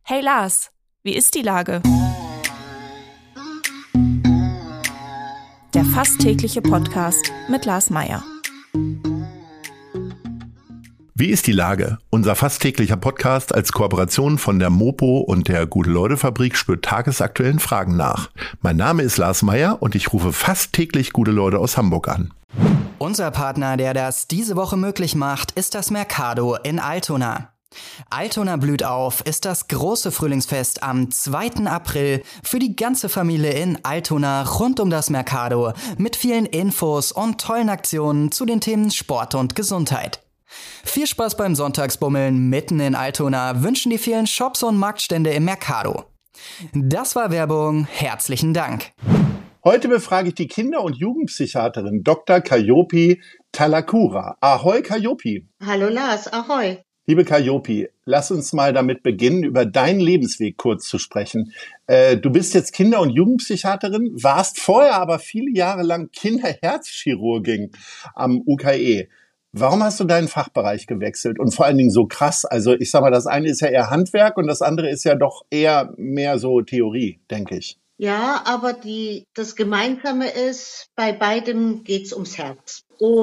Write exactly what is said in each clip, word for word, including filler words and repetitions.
Hey Lars, wie ist die Lage? Der fast tägliche Podcast mit Lars Meyer. Wie ist die Lage? Unser fast täglicher Podcast als Kooperation von der Mopo und der Gute-Leute-Fabrik spürt tagesaktuellen Fragen nach. Mein Name ist Lars Meyer und ich rufe fast täglich gute Leute aus Hamburg an. Unser Partner, der das diese Woche möglich macht, ist das Mercado in Altona. Altona blüht auf ist das große Frühlingsfest am zweiten April für die ganze Familie in Altona rund um das Mercado mit vielen Infos und tollen Aktionen zu den Themen Sport und Gesundheit. Viel Spaß beim Sonntagsbummeln mitten in Altona wünschen die vielen Shops und Marktstände im Mercado. Das war Werbung. Herzlichen Dank. Heute befrage ich die Kinder- und Jugendpsychiaterin Doktor Kayopi Talakura. Ahoi Kayopi. Hallo Lars, ahoi. Liebe Kayopi, lass uns mal damit beginnen, über deinen Lebensweg kurz zu sprechen. Äh, du bist jetzt Kinder- und Jugendpsychiaterin, warst vorher aber viele Jahre lang Kinderherzchirurgin am U K E. Warum hast du deinen Fachbereich gewechselt und vor allen Dingen so krass? Also ich sag mal, das eine ist ja eher Handwerk und das andere ist ja doch eher mehr so Theorie, denke ich. Ja, aber die, das Gemeinsame ist, bei beidem geht's ums Herz.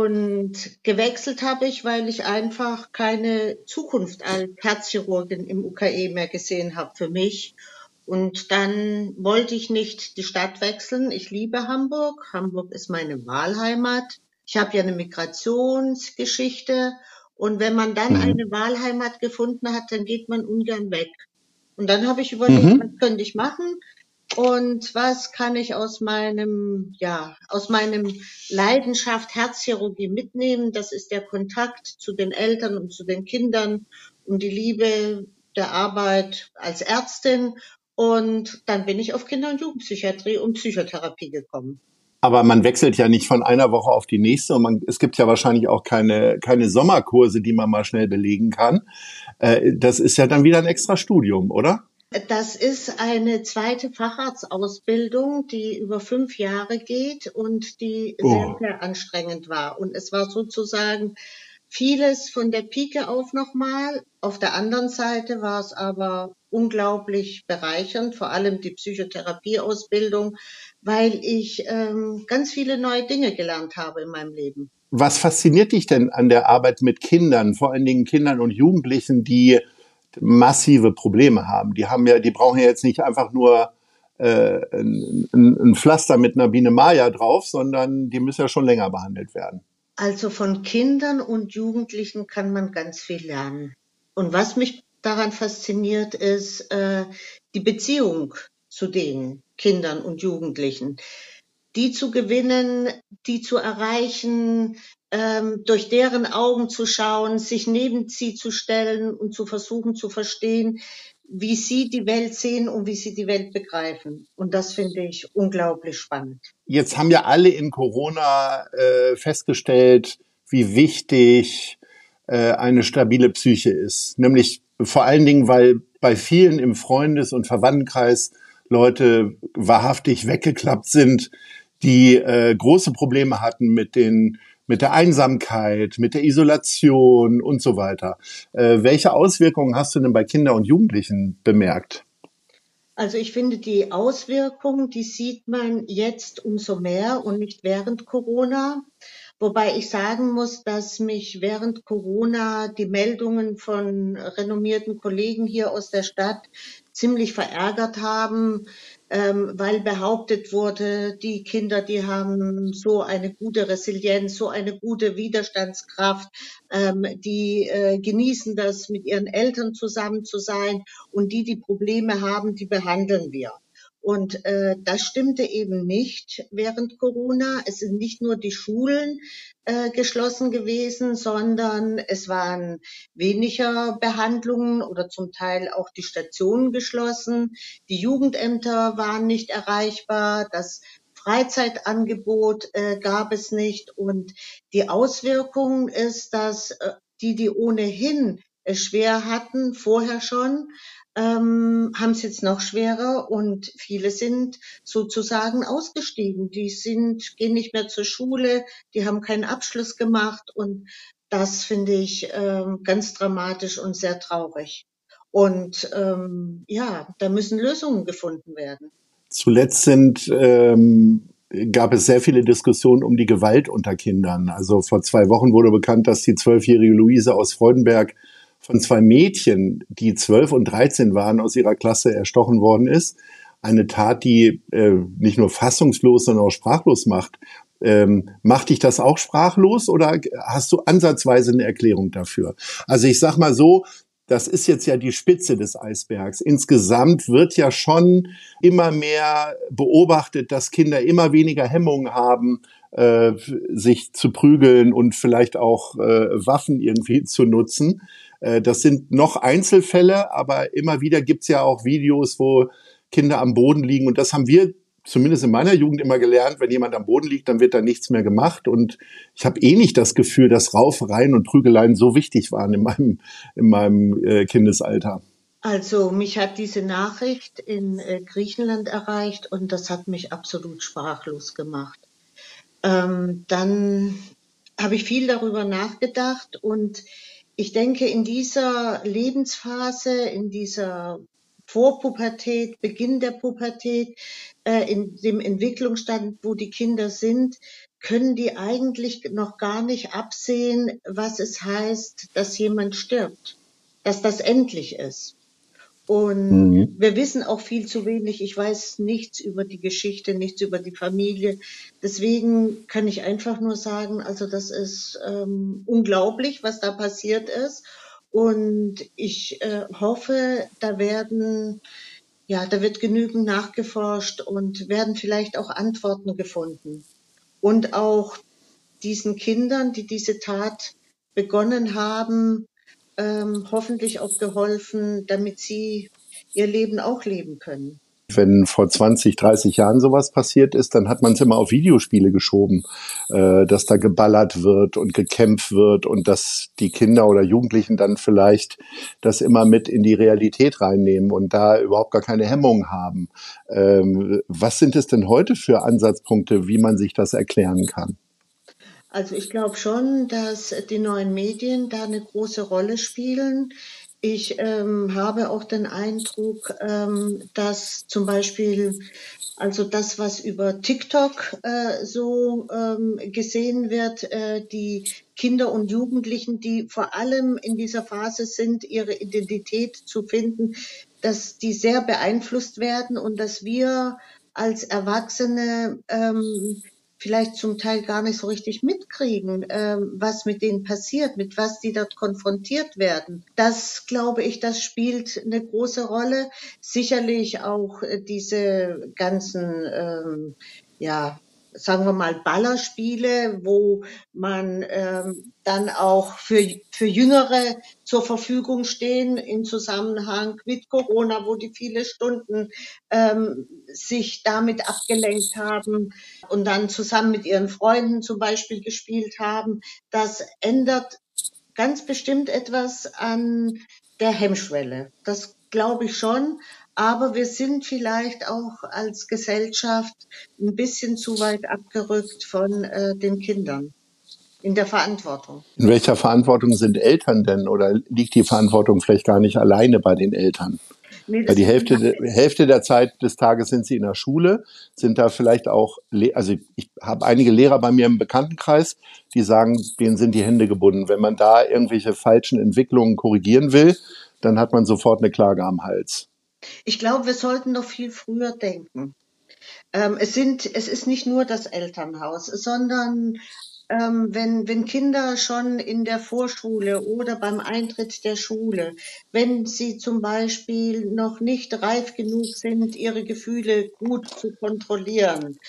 Und gewechselt habe ich, weil ich einfach keine Zukunft als Herzchirurgin im U K E mehr gesehen habe für mich. Und dann wollte ich nicht die Stadt wechseln. Ich liebe Hamburg. Hamburg ist meine Wahlheimat. Ich habe ja eine Migrationsgeschichte. Und wenn man dann mhm. eine Wahlheimat gefunden hat, dann geht man ungern weg. Und dann habe ich überlegt, mhm. was könnte ich machen? Und was kann ich aus meinem, ja, aus meinem Leidenschaft Herzchirurgie mitnehmen? Das ist der Kontakt zu den Eltern und zu den Kindern und die Liebe der Arbeit als Ärztin. Und dann bin ich auf Kinder- und Jugendpsychiatrie und Psychotherapie gekommen. Aber man wechselt ja nicht von einer Woche auf die nächste und man, es gibt ja wahrscheinlich auch keine, keine Sommerkurse, die man mal schnell belegen kann. Äh, das ist ja dann wieder ein extra Studium, oder? Das ist eine zweite Facharztausbildung, die über fünf Jahre geht und die oh. sehr, sehr anstrengend war. Und es war sozusagen vieles von der Pike auf nochmal. Auf der anderen Seite war es aber unglaublich bereichernd, vor allem die Psychotherapieausbildung, weil ich ähm, ganz viele neue Dinge gelernt habe in meinem Leben. Was fasziniert dich denn an der Arbeit mit Kindern, vor allen Dingen Kindern und Jugendlichen, die massive Probleme haben? Die haben ja, die brauchen ja jetzt nicht einfach nur äh, ein, ein Pflaster mit einer Biene Maya drauf, sondern die müssen ja schon länger behandelt werden. Also von Kindern und Jugendlichen kann man ganz viel lernen. Und was mich daran fasziniert, ist äh, die Beziehung zu den Kindern und Jugendlichen. Die zu gewinnen, die zu erreichen, ähm, durch deren Augen zu schauen, sich neben sie zu stellen und zu versuchen zu verstehen, wie sie die Welt sehen und wie sie die Welt begreifen. Und das finde ich unglaublich spannend. Jetzt haben ja alle in Corona äh, festgestellt, wie wichtig äh, eine stabile Psyche ist. Nämlich vor allen Dingen, weil bei vielen im Freundes- und Verwandtenkreis Leute wahrhaftig weggeklappt sind, die äh, große Probleme hatten mit den mit der Einsamkeit, mit der Isolation und so weiter. Äh, welche Auswirkungen hast du denn bei Kindern und Jugendlichen bemerkt? Also ich finde, die Auswirkungen, die sieht man jetzt umso mehr und nicht während Corona. Wobei ich sagen muss, dass mich während Corona die Meldungen von renommierten Kollegen hier aus der Stadt ziemlich verärgert haben, ähm, weil behauptet wurde, die Kinder, die haben so eine gute Resilienz, so eine gute Widerstandskraft, ähm, die äh, genießen das, mit ihren Eltern zusammen zu sein und die, die Probleme haben, die behandeln wir. Und äh, das stimmte eben nicht während Corona. Es sind nicht nur die Schulen äh, geschlossen gewesen, sondern es waren weniger Behandlungen oder zum Teil auch die Stationen geschlossen. Die Jugendämter waren nicht erreichbar. Das Freizeitangebot äh, gab es nicht. Und die Auswirkung ist, dass äh, die, die ohnehin es schwer hatten, vorher schon, ähm, haben es jetzt noch schwerer und viele sind sozusagen ausgestiegen. Die sind, gehen nicht mehr zur Schule, die haben keinen Abschluss gemacht und das finde ich ähm, ganz dramatisch und sehr traurig. Und ähm, ja, da müssen Lösungen gefunden werden. Zuletzt sind, ähm, gab es sehr viele Diskussionen um die Gewalt unter Kindern. Also vor zwei Wochen wurde bekannt, dass die zwölfjährige Luise aus Freudenberg von zwei Mädchen, die zwölf und dreizehn waren, aus ihrer Klasse erstochen worden ist. Eine Tat, die äh, nicht nur fassungslos, sondern auch sprachlos macht. Ähm, macht dich das auch sprachlos oder hast du ansatzweise eine Erklärung dafür? Also ich sag mal so, das ist jetzt ja die Spitze des Eisbergs. Insgesamt wird ja schon immer mehr beobachtet, dass Kinder immer weniger Hemmungen haben, äh, sich zu prügeln und vielleicht auch äh, Waffen irgendwie zu nutzen. Äh, das sind noch Einzelfälle, aber immer wieder gibt's ja auch Videos, wo Kinder am Boden liegen. Und das haben wir zumindest in meiner Jugend immer gelernt, wenn jemand am Boden liegt, dann wird da nichts mehr gemacht. Und ich habe eh nicht das Gefühl, dass Raufereien und Prügeleien so wichtig waren in meinem, in meinem äh, Kindesalter. Also mich hat diese Nachricht in äh, Griechenland erreicht und das hat mich absolut sprachlos gemacht. Ähm, dann habe ich viel darüber nachgedacht und ich denke, in dieser Lebensphase, in dieser Vorpubertät, Beginn der Pubertät, äh, in dem Entwicklungsstand, wo die Kinder sind, können die eigentlich noch gar nicht absehen, was es heißt, dass jemand stirbt, dass das endlich ist. Und Mhm. wir wissen auch viel zu wenig. Ich weiß nichts über die Geschichte, nichts über die Familie. Deswegen kann ich einfach nur sagen, also das ist ähm, unglaublich, was da passiert ist. Und ich äh, hoffe, da werden, ja, da wird genügend nachgeforscht und werden vielleicht auch Antworten gefunden. Und auch diesen Kindern, die diese Tat begonnen haben, ähm, hoffentlich auch geholfen, damit sie ihr Leben auch leben können. Wenn vor zwanzig, dreißig Jahren sowas passiert ist, dann hat man es immer auf Videospiele geschoben, äh, dass da geballert wird und gekämpft wird und dass die Kinder oder Jugendlichen dann vielleicht das immer mit in die Realität reinnehmen und da überhaupt gar keine Hemmungen haben. Ähm, was sind es denn heute für Ansatzpunkte, wie man sich das erklären kann? Also ich glaube schon, dass die neuen Medien da eine große Rolle spielen. Ich ähm, habe auch den Eindruck, ähm, dass zum Beispiel also das, was über TikTok äh, so ähm, gesehen wird, äh, die Kinder und Jugendlichen, die vor allem in dieser Phase sind, ihre Identität zu finden, dass die sehr beeinflusst werden und dass wir als Erwachsene ähm, vielleicht zum Teil gar nicht so richtig mitkriegen, ähm, was mit denen passiert, mit was die dort konfrontiert werden. Das, glaube ich, das spielt eine große Rolle. Sicherlich auch äh, diese ganzen, ähm, ja, sagen wir mal, Ballerspiele, wo man ähm, dann auch für, für Jüngere zur Verfügung stehen im Zusammenhang mit Corona, wo die viele Stunden ähm, sich damit abgelenkt haben und dann zusammen mit ihren Freunden zum Beispiel gespielt haben. Das ändert ganz bestimmt etwas an der Hemmschwelle. Das glaube ich schon. Aber wir sind vielleicht auch als Gesellschaft ein bisschen zu weit abgerückt von äh, den Kindern in der Verantwortung. In welcher Verantwortung sind Eltern denn oder liegt die Verantwortung vielleicht gar nicht alleine bei den Eltern? Nee, Weil das die ist Hälfte, der- Hälfte der Zeit des Tages sind sie in der Schule, sind da vielleicht auch, Le- also ich habe einige Lehrer bei mir im Bekanntenkreis, die sagen, denen sind die Hände gebunden. Wenn man da irgendwelche falschen Entwicklungen korrigieren will, dann hat man sofort eine Klage am Hals. Ich glaube, wir sollten noch viel früher denken. Ähm, es sind, es ist nicht nur das Elternhaus, sondern ähm, wenn, wenn Kinder schon in der Vorschule oder beim Eintritt der Schule, wenn sie zum Beispiel noch nicht reif genug sind, ihre Gefühle gut zu kontrollieren,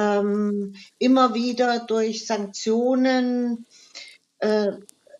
ähm, immer wieder durch Sanktionen äh,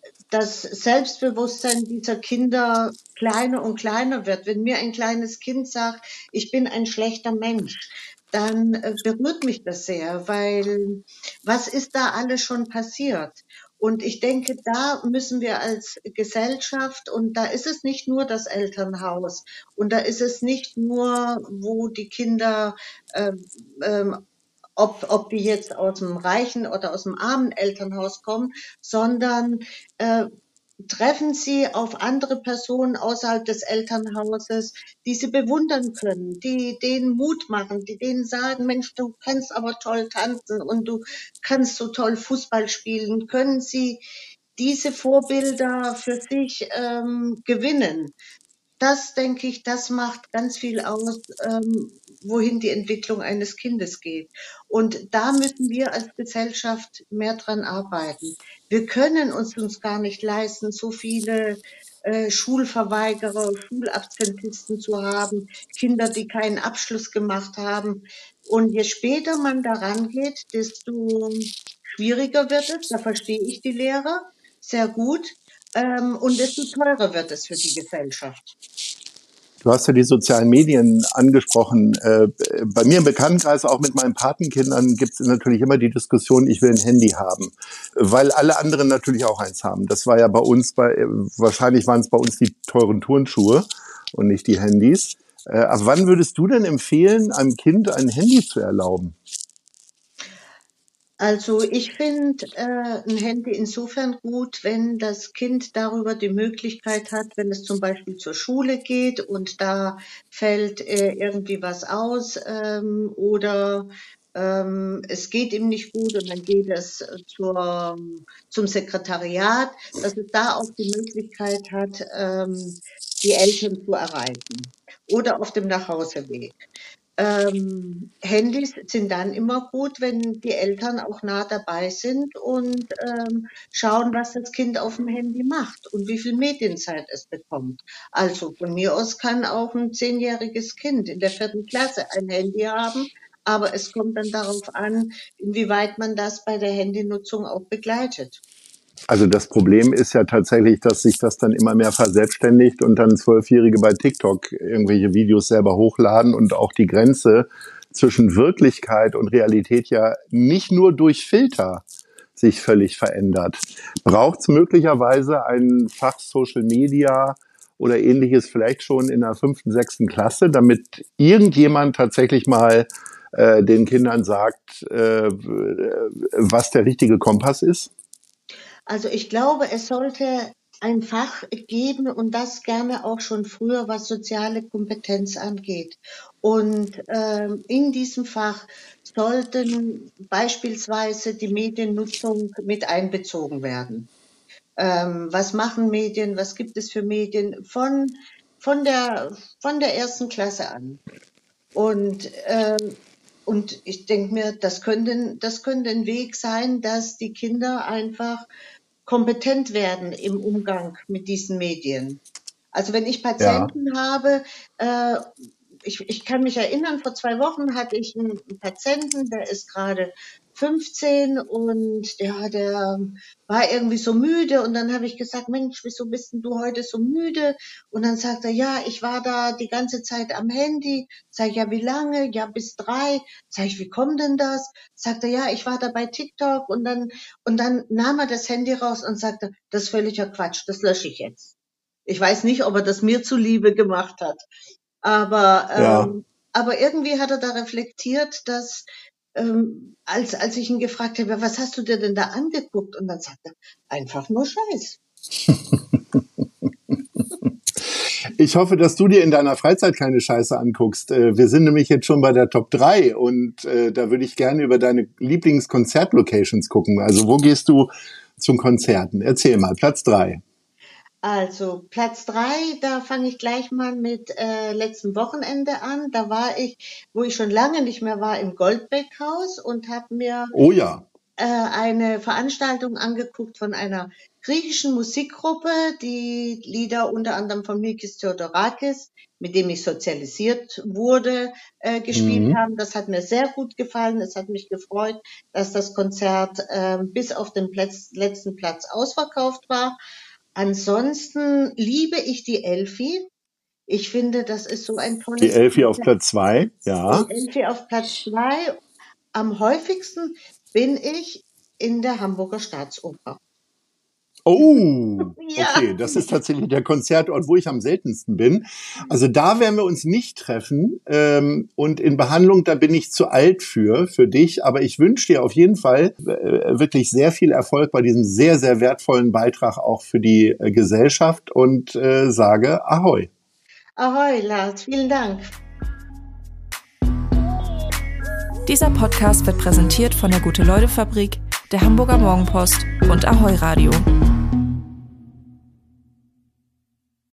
das Selbstbewusstsein dieser Kinder kleiner und kleiner wird. Wenn mir ein kleines Kind sagt, ich bin ein schlechter Mensch, dann äh, berührt mich das sehr, weil was ist da alles schon passiert? Und ich denke, da müssen wir als Gesellschaft, und da ist es nicht nur das Elternhaus, und da ist es nicht nur, wo die Kinder ähm, ähm, ob, ob die jetzt aus dem reichen oder aus dem armen Elternhaus kommen, sondern äh, treffen sie auf andere Personen außerhalb des Elternhauses, die sie bewundern können, die denen Mut machen, die denen sagen, Mensch, du kannst aber toll tanzen und du kannst so toll Fußball spielen, können sie diese Vorbilder für sich ähm, gewinnen. Das denke ich, das macht ganz viel aus, ähm, wohin die Entwicklung eines Kindes geht. Und da müssen wir als Gesellschaft mehr dran arbeiten. Wir können uns uns gar nicht leisten, so viele äh, Schulverweigerer, Schulabsentisten zu haben, Kinder, die keinen Abschluss gemacht haben. Und je später man daran geht, desto schwieriger wird es. Da verstehe ich die Lehrer sehr gut. Ähm, und desto teurer wird es für die Gesellschaft. Du hast ja die sozialen Medien angesprochen. Äh, bei mir im Bekanntenkreis, auch mit meinen Patenkindern, gibt es natürlich immer die Diskussion, ich will ein Handy haben, weil alle anderen natürlich auch eins haben. Das war ja bei uns, bei wahrscheinlich waren es bei uns die teuren Turnschuhe und nicht die Handys. Äh, ab wann würdest du denn empfehlen, einem Kind ein Handy zu erlauben? Also ich finde äh, ein Handy insofern gut, wenn das Kind darüber die Möglichkeit hat, wenn es zum Beispiel zur Schule geht und da fällt äh, irgendwie was aus ähm, oder ähm, es geht ihm nicht gut und dann geht es äh, zur, zum Sekretariat, dass es da auch die Möglichkeit hat, ähm, die Eltern zu erreichen oder auf dem Nachhauseweg. Ähm, Handys sind dann immer gut, wenn die Eltern auch nah dabei sind und ähm, schauen, was das Kind auf dem Handy macht und wie viel Medienzeit es bekommt. Also von mir aus kann auch ein zehnjähriges Kind in der vierten Klasse ein Handy haben, aber es kommt dann darauf an, inwieweit man das bei der Handynutzung auch begleitet. Also das Problem ist ja tatsächlich, dass sich das dann immer mehr verselbstständigt und dann Zwölfjährige bei TikTok irgendwelche Videos selber hochladen und auch die Grenze zwischen Wirklichkeit und Realität ja nicht nur durch Filter sich völlig verändert. Braucht es möglicherweise ein Fach Social Media oder ähnliches vielleicht schon in der fünften, sechsten Klasse, damit irgendjemand tatsächlich mal äh, den Kindern sagt, äh, was der richtige Kompass ist? Also ich glaube, es sollte ein Fach geben und das gerne auch schon früher, was soziale Kompetenz angeht. Und ähm, in diesem Fach sollten beispielsweise die Mediennutzung mit einbezogen werden. Ähm, was machen Medien? Was gibt es für Medien von von der von der ersten Klasse an? Und ähm, und ich denke mir, das könnte das könnte ein Weg sein, dass die Kinder einfach kompetent werden im Umgang mit diesen Medien. Also wenn ich Ja. Patienten habe, äh, ich, ich kann mich erinnern, vor zwei Wochen hatte ich einen, einen Patienten, der ist gerade fünfzehn und ja, der war irgendwie so müde und dann habe ich gesagt, Mensch, wieso bist denn du heute so müde? Und dann sagt er, ja, ich war da die ganze Zeit am Handy. Sag ich, ja, wie lange? Ja, bis drei. Sag ich, wie kommt denn das? Sagt er, ja, ich war da bei TikTok und dann und dann nahm er das Handy raus und sagte, das ist völliger Quatsch, das lösche ich jetzt. Ich weiß nicht, ob er das mir zuliebe gemacht hat, aber, Ja. ähm, aber irgendwie hat er da reflektiert, dass ähm, als, als ich ihn gefragt habe, was hast du dir denn da angeguckt? Und dann sagt er, einfach nur Scheiß. Ich hoffe, dass du dir in deiner Freizeit keine Scheiße anguckst. Äh, Wir sind nämlich jetzt schon bei der Top drei und äh, da würde ich gerne über deine Lieblingskonzertlocations gucken. Also wo gehst du zum Konzerten? Erzähl mal, Platz drei. Also Platz drei, da fange ich gleich mal mit äh, letztem Wochenende an. Da war ich, wo ich schon lange nicht mehr war, im Goldbeck-Haus und habe mir Oh ja. äh, eine Veranstaltung angeguckt von einer griechischen Musikgruppe, die Lieder unter anderem von Mikis Theodorakis, mit dem ich sozialisiert wurde, äh, gespielt Mhm. haben. Das hat mir sehr gut gefallen. Es hat mich gefreut, dass das Konzert äh, bis auf den Platz, letzten Platz ausverkauft war. Ansonsten liebe ich die Elfi. Ich finde, das ist so ein Die tolles Elfi auf Konzert. Platz zwei. Die Ja. Elfi auf Platz zwei. Am häufigsten bin ich in der Hamburger Staatsoper. Oh, Ja. okay, das ist tatsächlich der Konzertort, wo ich am seltensten bin. Also da werden wir uns nicht treffen. Ähm, und in Behandlung, da bin ich zu alt für, für dich. Aber ich wünsche dir auf jeden Fall äh, wirklich sehr viel Erfolg bei diesem sehr, sehr wertvollen Beitrag auch für die äh, Gesellschaft und äh, sage Ahoi. Ahoi, Lars, vielen Dank. Dieser Podcast wird präsentiert von der Gute-Leute-Fabrik, der Hamburger Morgenpost und Ahoi Radio.